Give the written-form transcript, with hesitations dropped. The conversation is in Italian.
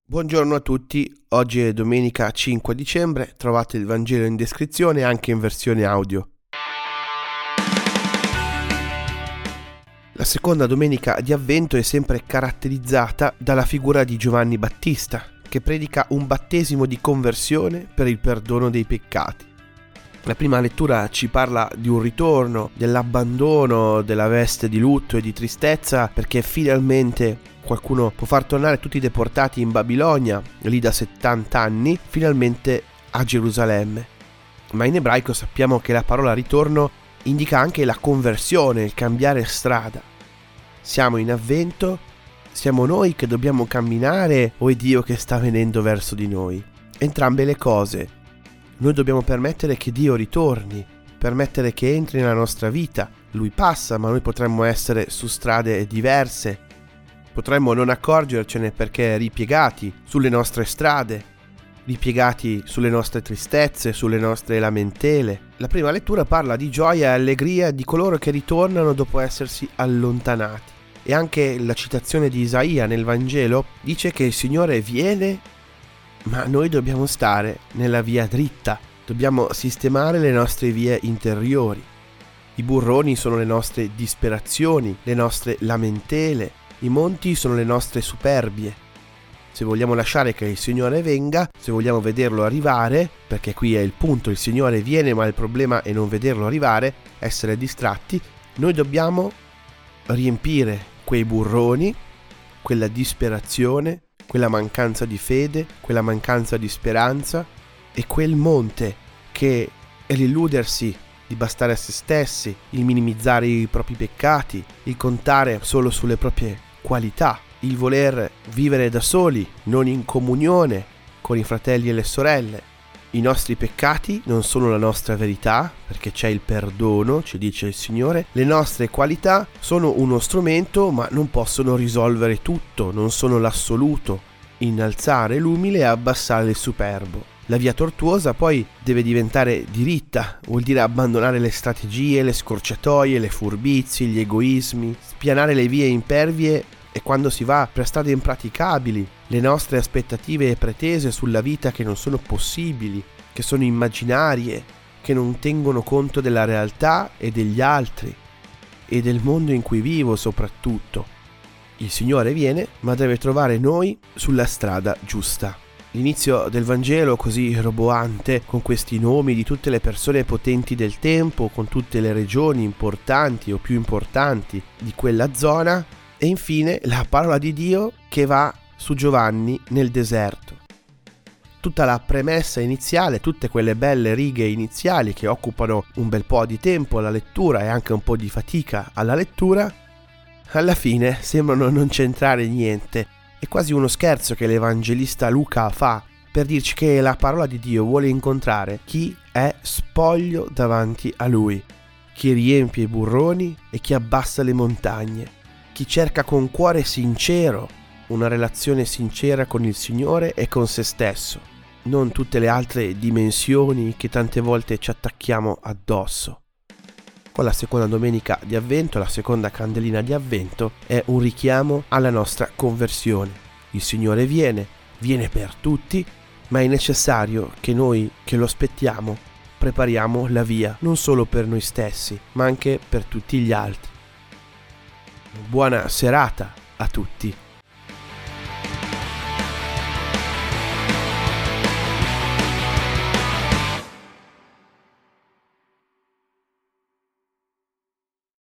Buongiorno a tutti, oggi è domenica 5 dicembre, trovate il Vangelo in descrizione anche in versione audio. La seconda domenica di Avvento è sempre caratterizzata dalla figura di Giovanni Battista, che predica un battesimo di conversione per il perdono dei peccati. La prima lettura ci parla di un ritorno, dell'abbandono della veste di lutto e di tristezza, perché finalmente qualcuno può far tornare tutti i deportati in Babilonia, lì da 70 anni, finalmente a Gerusalemme. Ma in ebraico sappiamo che la parola ritorno indica anche la conversione, il cambiare strada. Siamo in Avvento, siamo noi che dobbiamo camminare o è Dio che sta venendo verso di noi? Entrambe le cose. Noi dobbiamo permettere che Dio ritorni, permettere che entri nella nostra vita. Lui passa, ma noi potremmo essere su strade diverse. Potremmo non accorgercene perché ripiegati sulle nostre strade, ripiegati sulle nostre tristezze, sulle nostre lamentele. La prima lettura parla di gioia e allegria di coloro che ritornano dopo essersi allontanati. E anche la citazione di Isaia nel Vangelo dice che il Signore viene, ma noi dobbiamo stare nella via dritta, dobbiamo sistemare le nostre vie interiori. I burroni sono le nostre disperazioni, le nostre lamentele, i monti sono le nostre superbie. Se vogliamo lasciare che il Signore venga, se vogliamo vederlo arrivare, perché qui è il punto, il Signore viene ma il problema è non vederlo arrivare, essere distratti, noi dobbiamo riempire quei burroni, quella disperazione, quella mancanza di fede, quella mancanza di speranza e quel monte che è l'illudersi di bastare a se stessi, il minimizzare i propri peccati, il contare solo sulle proprie qualità, il voler vivere da soli, non in comunione con i fratelli e le sorelle. I nostri peccati non sono la nostra verità, perché c'è il perdono, ci dice il Signore. Le nostre qualità sono uno strumento, ma non possono risolvere tutto, non sono l'assoluto. Innalzare l'umile e abbassare il superbo. La via tortuosa poi deve diventare diritta, vuol dire abbandonare le strategie, le scorciatoie, le furbizie, gli egoismi, spianare le vie impervie e quando si va per strade impraticabili, le nostre aspettative e pretese sulla vita che non sono possibili, che sono immaginarie, che non tengono conto della realtà e degli altri e del mondo in cui vivo soprattutto. Il Signore viene, ma deve trovare noi sulla strada giusta. L'inizio del Vangelo così roboante, con questi nomi di tutte le persone potenti del tempo, con tutte le regioni importanti o più importanti di quella zona, e infine la parola di Dio che va su Giovanni nel deserto. Tutta la premessa iniziale, tutte quelle belle righe iniziali che occupano un bel po' di tempo alla lettura e anche un po' di fatica alla lettura, alla fine sembrano non c'entrare niente. È quasi uno scherzo che l'evangelista Luca fa per dirci che la parola di Dio vuole incontrare chi è spoglio davanti a lui, chi riempie i burroni e chi abbassa le montagne, chi cerca con cuore sincero una relazione sincera con il Signore e con se stesso, non tutte le altre dimensioni che tante volte ci attacchiamo addosso. Con la seconda domenica di Avvento, la seconda candelina di Avvento, è un richiamo alla nostra conversione. Il Signore viene per tutti, ma è necessario che noi che lo aspettiamo prepariamo la via, non solo per noi stessi, ma anche per tutti gli altri. Buona serata a tutti.